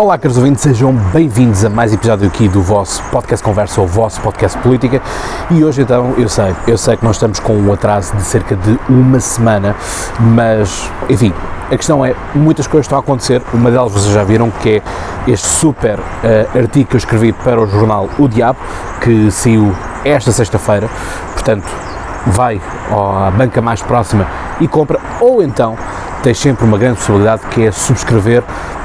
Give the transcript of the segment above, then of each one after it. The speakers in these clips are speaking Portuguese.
Olá, caros ouvintes, sejam bem-vindos a mais episódio aqui do vosso podcast Conversa, ou vosso podcast Política. E hoje então, eu sei que nós estamos com um atraso de cerca de uma semana, mas, enfim, a questão é, muitas coisas estão a acontecer. Uma delas vocês já viram, que é este super artigo que eu escrevi para o jornal O Diabo, que saiu esta sexta-feira. Portanto, vai à banca mais próxima e compra, ou então tens sempre uma grande possibilidade, que é subscrever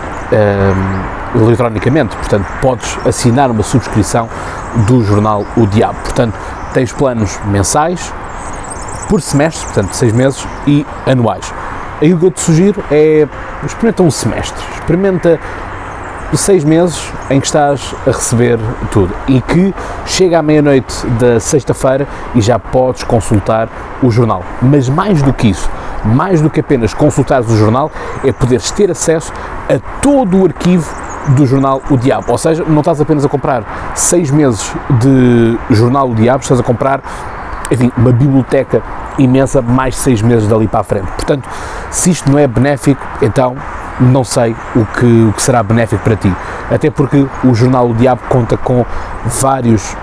eleitronicamente. Portanto, podes assinar uma subscrição do jornal O Diabo. Portanto, tens planos mensais, por semestre, portanto 6 meses, e anuais. Aí o que eu te sugiro é, experimenta um semestre, experimenta 6 meses em que estás a receber tudo, e que chega à meia-noite da sexta-feira e já podes consultar o jornal. Mas mais do que isso, mais do que apenas consultares o jornal, é poderes ter acesso a todo o arquivo do jornal O Diabo. Ou seja, não estás apenas a comprar 6 meses de jornal O Diabo, estás a comprar, enfim, uma biblioteca imensa, mais 6 meses dali para a frente. Portanto, se isto não é benéfico, então não sei o que será benéfico para ti. Até porque o jornal O Diabo conta com vários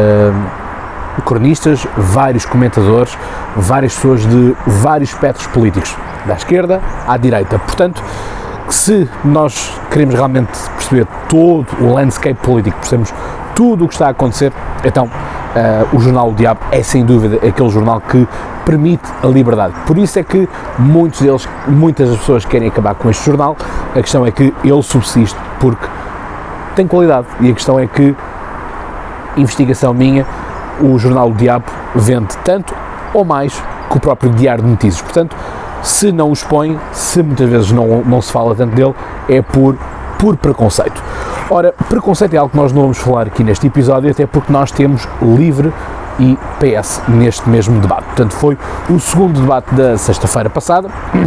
cronistas, vários comentadores, várias pessoas de vários espectros políticos, da esquerda à direita. Portanto, se nós queremos realmente perceber todo o landscape político, percebemos tudo o que está a acontecer, então o jornal O Diabo é sem dúvida aquele jornal que permite a liberdade. Por isso é que muitas das pessoas querem acabar com este jornal. A questão é que ele subsiste porque tem qualidade, e a questão é que, investigação minha, o jornal O Diabo vende tanto ou mais que o próprio Diário de Notícias. Portanto, se não o expõe, se muitas vezes não se fala tanto dele, é por preconceito. Ora, preconceito é algo que nós não vamos falar aqui neste episódio, até porque nós temos LIVRE e PS neste mesmo debate. Portanto, foi o segundo debate da sexta-feira passada,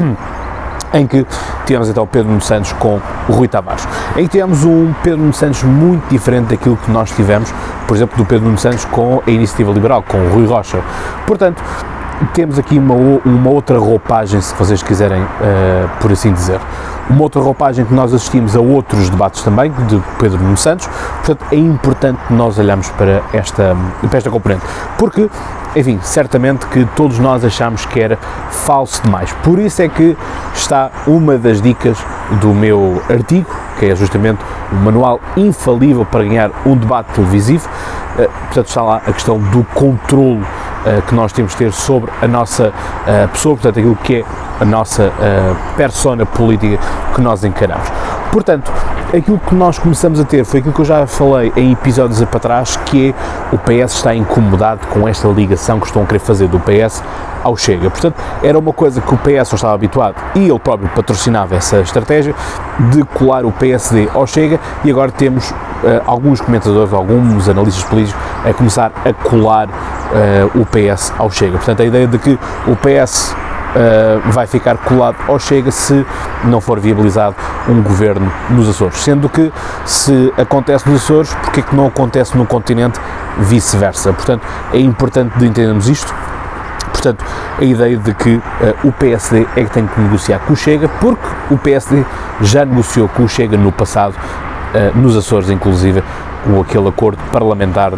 em que tivemos então o Pedro Nuno Santos com o Rui Tavares. Em que tivemos um Pedro Nuno Santos muito diferente daquilo que nós tivemos, por exemplo, do Pedro Nuno Santos com a Iniciativa Liberal, com o Rui Rocha. Portanto, temos aqui uma outra roupagem, se vocês quiserem, por assim dizer. Uma outra roupagem que nós assistimos a outros debates também, de Pedro Nuno Santos. Portanto, é importante nós olharmos para esta componente, porque, enfim, certamente que todos nós achamos que era falso demais. Por isso é que está uma das dicas do meu artigo, que é justamente o manual infalível para ganhar um debate televisivo. Portanto, está lá a questão do controlo que nós temos de ter sobre a nossa pessoa, portanto, aquilo que é a nossa persona política que nós encaramos. Portanto, aquilo que nós começamos a ter foi aquilo que eu já falei em episódios para trás, que é o PS está incomodado com esta ligação que estão a querer fazer do PS ao Chega. Portanto, era uma coisa que o PS não estava habituado, e ele próprio patrocinava essa estratégia de colar o PSD ao Chega, e agora temos alguns comentadores, alguns analistas políticos a começar a colar o PS ao Chega. Portanto, a ideia de que o PS vai ficar colado ao Chega se não for viabilizado um governo nos Açores, sendo que se acontece nos Açores, porque é que não acontece no continente, vice-versa. Portanto, é importante de entendermos isto. Portanto, a ideia de que o PSD é que tem que negociar com o Chega, porque o PSD já negociou com o Chega no passado, nos Açores inclusive, com aquele acordo parlamentar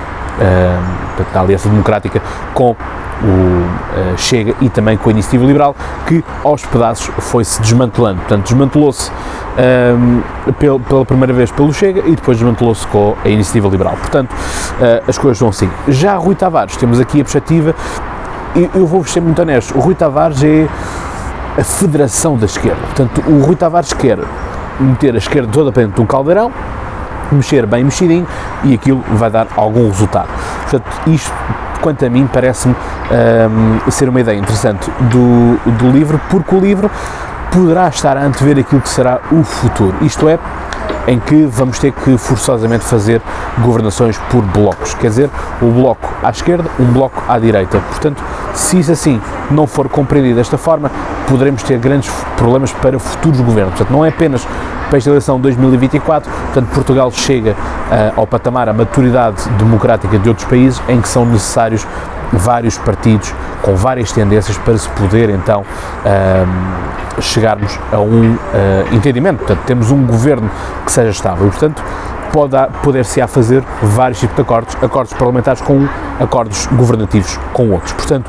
da Aliança Democrática com o Chega e também com a Iniciativa Liberal, que aos pedaços foi-se desmantelando. Portanto, desmantelou-se pela primeira vez pelo Chega e depois desmantelou-se com a Iniciativa Liberal. Portanto, as coisas são assim. Já Rui Tavares, temos aqui a perspectiva, e eu vou-vos ser muito honesto, o Rui Tavares é a federação da esquerda. Portanto, o Rui Tavares quer meter a esquerda toda para dentro de um caldeirão, mexer bem mexidinho, e aquilo vai dar algum resultado. Portanto, isto, quanto a mim, parece-me ser uma ideia interessante do LIVRE, porque o LIVRE poderá estar a antever aquilo que será o futuro, isto é, em que vamos ter que forçosamente fazer governações por blocos, quer dizer, o bloco à esquerda, um bloco à direita. Portanto, se isso assim não for compreendido desta forma, poderemos ter grandes problemas para futuros governos. Portanto, não é apenas para esta eleição de 2024, portanto, Portugal chega ao patamar, à maturidade democrática de outros países em que são necessários vários partidos com várias tendências para se poder então chegarmos a um entendimento. Portanto, temos um governo que seja estável e, portanto, poder-se-á fazer vários tipos de acordos parlamentares com um, acordos governativos com outros. Portanto,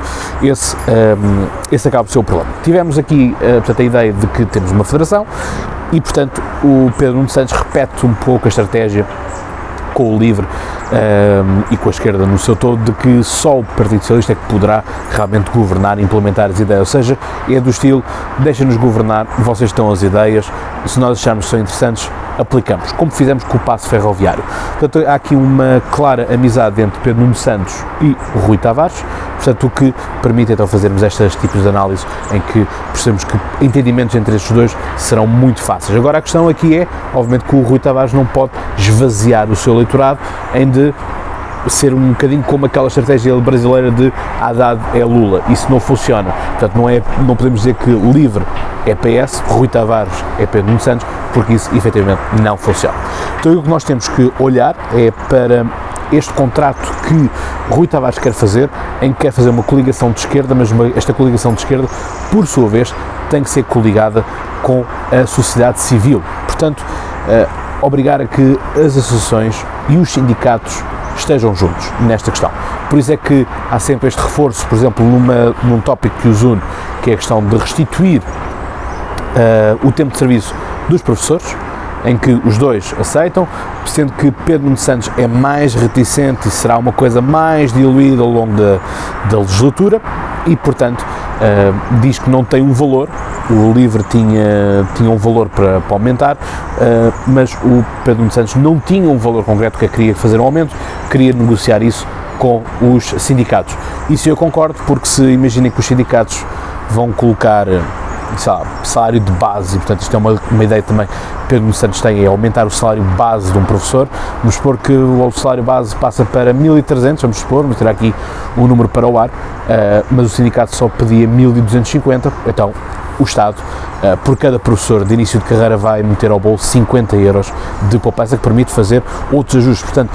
esse acaba por ser o problema. Tivemos aqui, portanto, a ideia de que temos uma federação e, portanto, o Pedro Nuno Santos repete um pouco a estratégia com o LIVRE e com a esquerda no seu todo, de que só o Partido Socialista é que poderá realmente governar e implementar as ideias, ou seja, é do estilo, deixem-nos governar, vocês estão as ideias, se nós acharmos que são interessantes, aplicamos, como fizemos com o passo ferroviário. Portanto, há aqui uma clara amizade entre Pedro Nuno Santos e o Rui Tavares, portanto, o que permite então fazermos estes tipos de análise em que percebemos que entendimentos entre estes dois serão muito fáceis. Agora, a questão aqui é, obviamente, que o Rui Tavares não pode esvaziar o seu eleitorado em de ser um bocadinho como aquela estratégia brasileira de Haddad é Lula. Isso não funciona. Portanto, não podemos dizer que LIVRE é PS, Rui Tavares é Pedro Nuno Santos, porque isso efetivamente não funciona. Então, o que nós temos que olhar é para este contrato que Rui Tavares quer fazer, em que quer fazer uma coligação de esquerda, mas esta coligação de esquerda, por sua vez, tem que ser coligada com a sociedade civil. Portanto, obrigar a que as associações e os sindicatos estejam juntos nesta questão. Por isso é que há sempre este reforço, por exemplo, num tópico que os une, que é a questão de restituir o tempo de serviço dos professores, em que os dois aceitam, sendo que Pedro Nuno Santos é mais reticente e será uma coisa mais diluída ao longo da legislatura e, portanto, diz que não tem um valor. O LIVRE tinha um valor para aumentar, mas o Pedro Nuno Santos não tinha um valor concreto que queria fazer um aumento, queria negociar isso com os sindicatos. Isso eu concordo, porque se imaginem que os sindicatos vão colocar salário de base, e portanto isto é uma ideia também que Pedro Nuno Santos tem, é aumentar o salário base de um professor. Vamos supor que o salário base passa para 1.300, vamos tirar aqui um número para o ar, mas o sindicato só pedia 1.250, então o Estado, por cada professor de início de carreira, vai meter ao bolso 50 euros de poupança, que permite fazer outros ajustes. Portanto,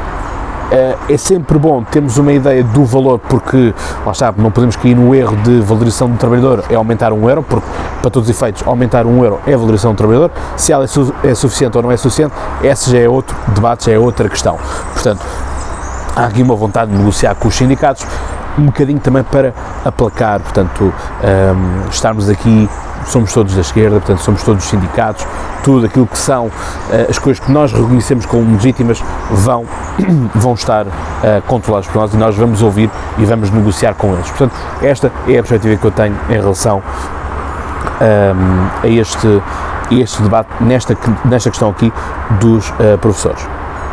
é sempre bom termos uma ideia do valor, porque, lá está, não podemos cair no erro de valorização do trabalhador é aumentar €1, porque, para todos os efeitos, aumentar €1 é a valorização do trabalhador. Se ela é suficiente ou não é suficiente, essa já é outro debate, já é outra questão. Portanto, há aqui uma vontade de negociar com os sindicatos, um bocadinho também para aplacar, portanto, estarmos aqui, somos todos da esquerda, portanto, somos todos sindicatos, tudo aquilo que são as coisas que nós reconhecemos como legítimas vão estar controladas por nós e nós vamos ouvir e vamos negociar com eles. Portanto, esta é a perspectiva que eu tenho em relação a este debate, nesta questão aqui dos professores.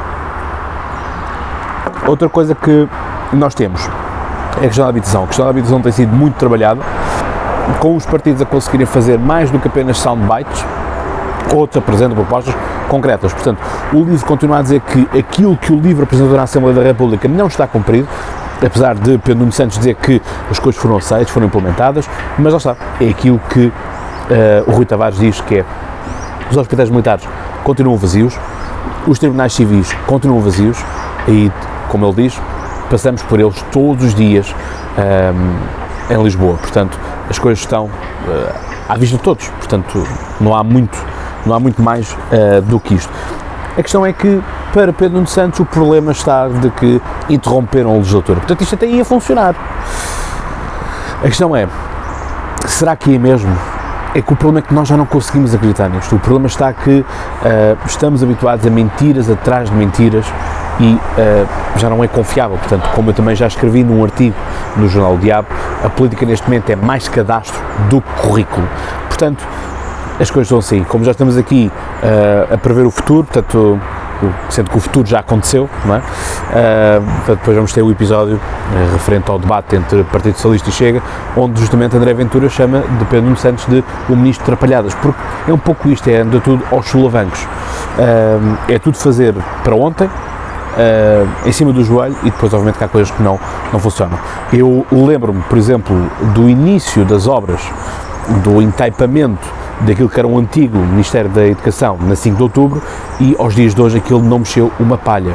Outra coisa que nós temos é a questão da habitação. A questão da habitação tem sido muito trabalhada, com os partidos a conseguirem fazer mais do que apenas soundbites, outros apresentam propostas concretas. Portanto, o LIVRE continua a dizer que aquilo que o LIVRE apresentou na Assembleia da República não está cumprido, apesar de Pedro Nuno Santos dizer que as coisas foram aceitas, foram implementadas, mas lá está, é aquilo que o Rui Tavares diz, que é: os hospitais militares continuam vazios, os tribunais civis continuam vazios e, como ele diz, passamos por eles todos os dias em Lisboa. Portanto, as coisas estão à vista de todos, portanto, não há muito mais do que isto. A questão é que, para Pedro Nuno Santos, o problema está de que interromperam a legislatura. Portanto, isto até ia funcionar. A questão é, será que é mesmo? É que o problema é que nós já não conseguimos acreditar nisto. O problema está que estamos habituados a mentiras atrás de mentiras e já não é confiável. Portanto, como eu também já escrevi num artigo no Jornal do Diabo, a política neste momento é mais cadastro do que currículo. Portanto, as coisas são assim. Como já estamos aqui a prever o futuro, portanto, sendo que o futuro já aconteceu, não é? Depois vamos ter o episódio referente ao debate entre Partido Socialista e Chega, onde justamente André Ventura chama de Pedro Nuno Santos de o Ministro de Trapalhadas, porque é um pouco isto, anda tudo aos solavancos. É tudo fazer para ontem, em cima do joelho, e depois obviamente que há coisas que não funcionam. Eu lembro-me, por exemplo, do início das obras, do entaipamento daquilo que era um antigo Ministério da Educação, na 5 de Outubro, e aos dias de hoje aquilo não mexeu uma palha.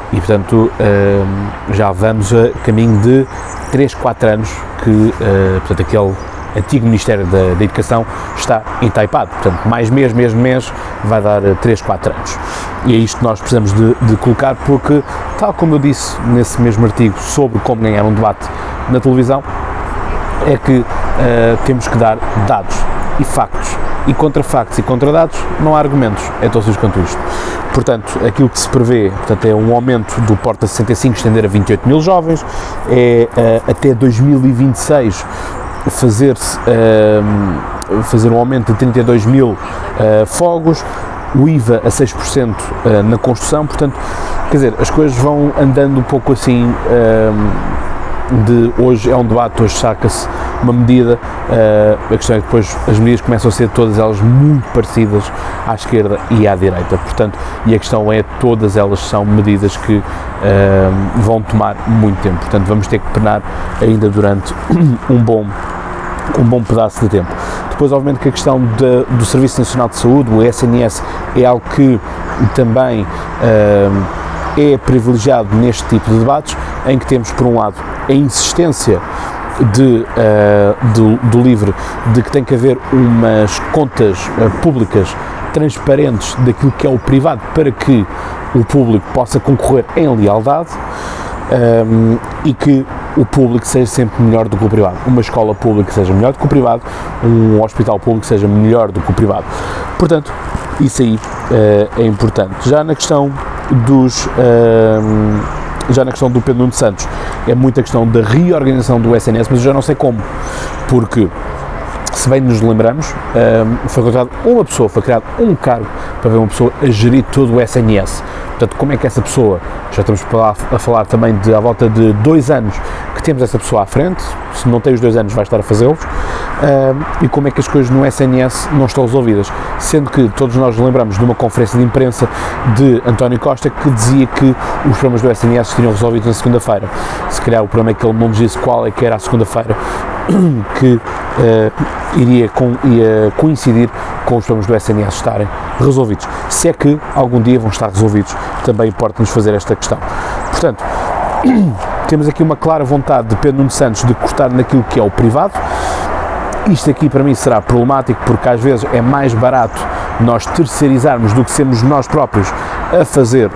e portanto já vamos a caminho de 3, 4 anos que portanto, aquele antigo Ministério da Educação está entaipado, portanto mais mês vai dar 3, 4 anos, e é isto que nós precisamos de colocar, porque tal como eu disse nesse mesmo artigo sobre como ganhar um debate na televisão, é que temos que dar dados e factos, e contra factos e contra dados não há argumentos, é tão simples quanto isto. Portanto, aquilo que se prevê, portanto, é um aumento do Porta 65 estender a 28 mil jovens, é até 2026 fazer um aumento de 32 mil fogos, o IVA a 6% na construção, portanto, quer dizer, as coisas vão andando um pouco assim, de hoje é um debate, hoje saca-se uma medida, a questão é que depois as medidas começam a ser todas elas muito parecidas à esquerda e à direita, portanto, e a questão é todas elas são medidas que vão tomar muito tempo, portanto vamos ter que penar ainda durante um bom pedaço de tempo. Depois, obviamente, que a questão do Serviço Nacional de Saúde, o SNS, é algo que também é privilegiado neste tipo de debates, em que temos, por um lado, a insistência do LIVRE de que tem que haver umas contas públicas transparentes daquilo que é o privado, para que o público possa concorrer em lealdade, e que o público seja sempre melhor do que o privado, uma escola pública seja melhor do que o privado, um hospital público seja melhor do que o privado. Portanto, isso aí é importante. Já na questão do Pedro Nuno Santos, é muita questão da reorganização do SNS, mas eu já não sei como, porque, se bem nos lembramos, foi contratado uma pessoa, foi criado um cargo para ver uma pessoa a gerir todo o SNS. Portanto, como é que essa pessoa, já estamos a falar também de à volta de 2 anos que temos essa pessoa à frente, se não tem os 2 anos vai estar a fazê-los, e como é que as coisas no SNS não estão resolvidas, sendo que todos nós lembramos de uma conferência de imprensa de António Costa que dizia que os problemas do SNS seriam resolvidos na segunda-feira. Se calhar o problema é que ele não nos disse qual é que era a segunda-feira que iria coincidir com os problemas do SNS estarem resolvidos. Se é que algum dia vão estar resolvidos, também importa-nos fazer esta questão. Portanto, temos aqui uma clara vontade de Pedro Nuno Santos de cortar naquilo que é o privado. Isto aqui para mim será problemático, porque às vezes é mais barato nós terceirizarmos do que sermos nós próprios a fazer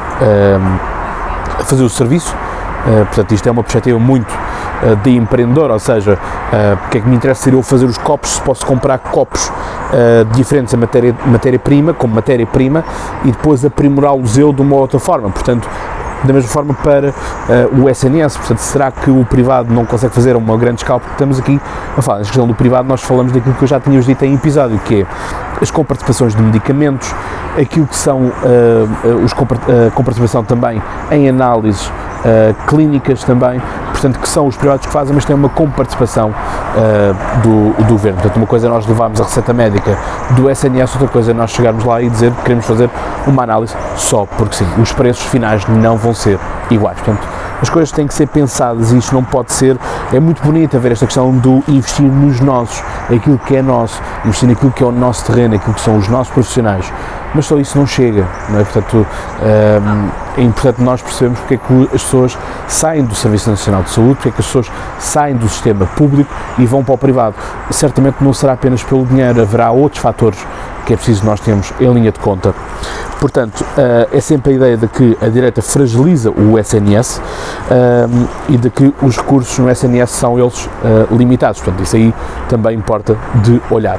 o serviço. Portanto, isto é uma perspectiva muito de empreendedor, ou seja, porque é que me interessa ser eu fazer os copos se posso comprar copos diferentes a matéria-prima, como matéria-prima, e depois aprimorá-los eu de uma outra forma. Portanto, da mesma forma para o SNS, portanto, será que o privado não consegue fazer a uma grande escala? Porque estamos aqui a falar, na questão do privado, nós falamos daquilo que eu já tínhamos dito em episódio, que é as comparticipações de medicamentos, aquilo que são a comparticipação também em análises clínicas também, portanto, que são os privados que fazem, mas tem uma comparticipação do governo. Portanto, uma coisa é nós levarmos a receita médica do SNS, outra coisa é nós chegarmos lá e dizer que queremos fazer uma análise só porque sim. Os preços finais não vão ser iguais. Portanto, as coisas têm que ser pensadas e isto não pode ser. É muito bonito haver esta questão do investir nos nossos, aquilo que é nosso, investir naquilo que é o nosso terreno, aquilo que são os nossos profissionais, mas só isso não chega, não é? Portanto, é importante nós percebermos porque é que as pessoas saem do Serviço Nacional de Saúde, porque é que as pessoas saem do sistema público e vão para o privado. Certamente não será apenas pelo dinheiro, haverá outros fatores que é preciso nós termos em linha de conta. Portanto, é sempre a ideia de que a direita fragiliza o SNS e de que os recursos no SNS são eles limitados. Portanto, isso aí também importa de olhar.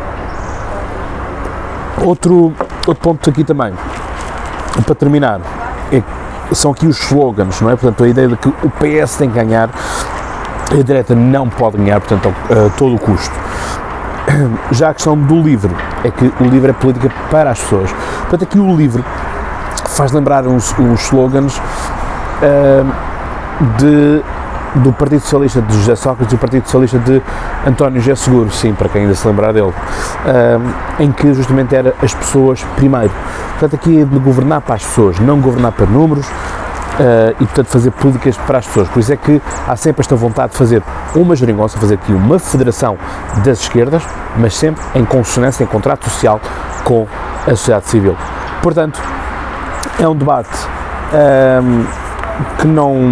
Outro ponto aqui também, para terminar, são aqui os slogans, não é? Portanto, a ideia de que o PS tem que ganhar, a direita não pode ganhar, portanto, a todo o custo. Já a questão do LIVRE, é que o LIVRE é política para as pessoas. Portanto, aqui o LIVRE faz lembrar uns slogans do Partido Socialista de José Sócrates e do Partido Socialista de António José Seguro, sim, para quem ainda se lembrar dele, em que justamente era as pessoas primeiro. Portanto, aqui é de governar para as pessoas, não governar para números, e portanto fazer políticas para as pessoas. Por isso é que há sempre esta vontade de fazer uma geringonça, fazer aqui uma federação das esquerdas, mas sempre em consonância, em contrato social com a sociedade civil. Portanto, é um debate que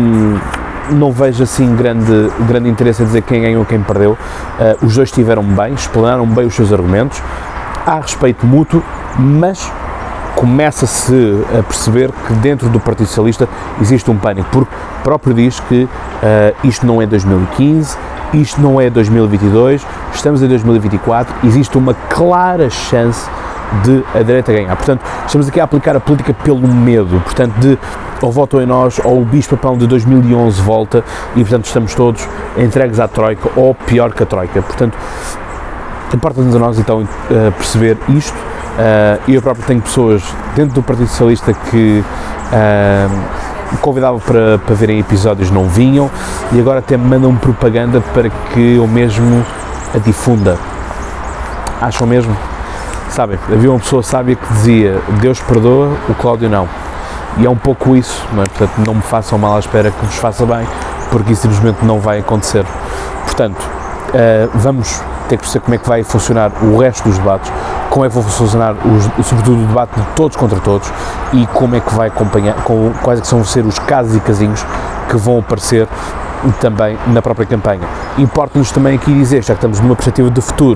não vejo assim grande interesse em dizer quem ganhou ou quem perdeu. Os dois estiveram bem, explanaram bem os seus argumentos, há respeito mútuo, mas começa-se a perceber que dentro do Partido Socialista existe um pânico, porque o próprio diz que isto não é 2015, isto não é 2022, estamos em 2024, existe uma clara chance de a direita ganhar. Portanto, estamos aqui a aplicar a política pelo medo, portanto, de ou votam em nós, ou o bicho-papão de 2011 volta, e portanto estamos todos entregues à Troika, ou pior que a Troika. Portanto, importa-nos a nós então perceber isto. Eu próprio tenho pessoas dentro do Partido Socialista que convidava para verem episódios, não vinham, e agora até me mandam propaganda para que eu mesmo a difunda. Acham mesmo? Sabem, havia uma pessoa sábia que dizia: Deus perdoa, o Cláudio não. E é um pouco isso, não é? Portanto, não me façam mal à espera que vos faça bem, porque isso simplesmente não vai acontecer. Portanto, vamos ter que perceber como é que vai funcionar o resto dos debates, como é que vai funcionar sobretudo o debate de todos contra todos, e como é que vai acompanhar, quais é que vão ser os casos e casinhos que vão aparecer também na própria campanha. Importa-nos também aqui dizer, já que estamos numa perspectiva de futuro,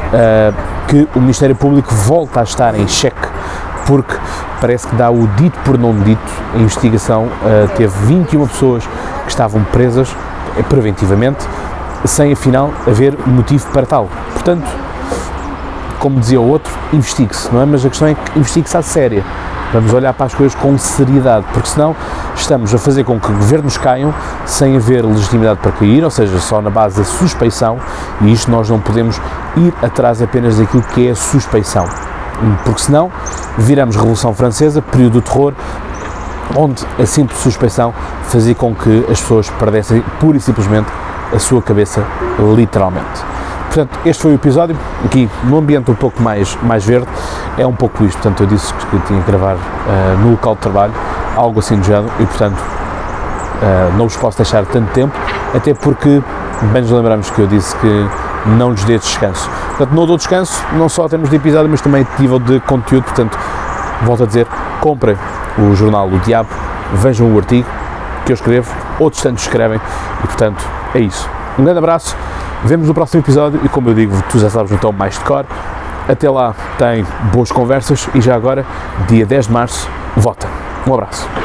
que o Ministério Público volta a estar em xeque, porque parece que dá o dito por não dito. A investigação teve 21 pessoas que estavam presas preventivamente, sem afinal haver motivo para tal. Portanto, como dizia o outro, investigue-se, não é? Mas a questão é que investigue-se à séria. Vamos olhar para as coisas com seriedade, porque senão estamos a fazer com que governos caiam sem haver legitimidade para cair, ou seja, só na base da suspeição, e isto nós não podemos ir atrás apenas daquilo que é a suspeição, porque senão viramos Revolução Francesa, período do terror, onde a simples suspeição fazia com que as pessoas perdessem pura e simplesmente a sua cabeça, literalmente. Portanto, este foi o episódio, aqui num ambiente um pouco mais verde, é um pouco isto. Portanto, eu disse que tinha que gravar no local de trabalho, algo assim do género, e portanto não vos posso deixar tanto tempo, até porque bem nos lembramos que eu disse que não lhes dei descanso. Portanto, não dou descanso, não só em termos de episódio, mas também a nível de conteúdo. Portanto, volto a dizer, comprem o jornal O Diabo, vejam o artigo que eu escrevo, outros tantos escrevem, e portanto é isso. Um grande abraço, vemos no próximo episódio, e como eu digo, tu já sabes então mais de cor. Até lá, tem boas conversas, e já agora, dia 10 de março, vota. Um abraço.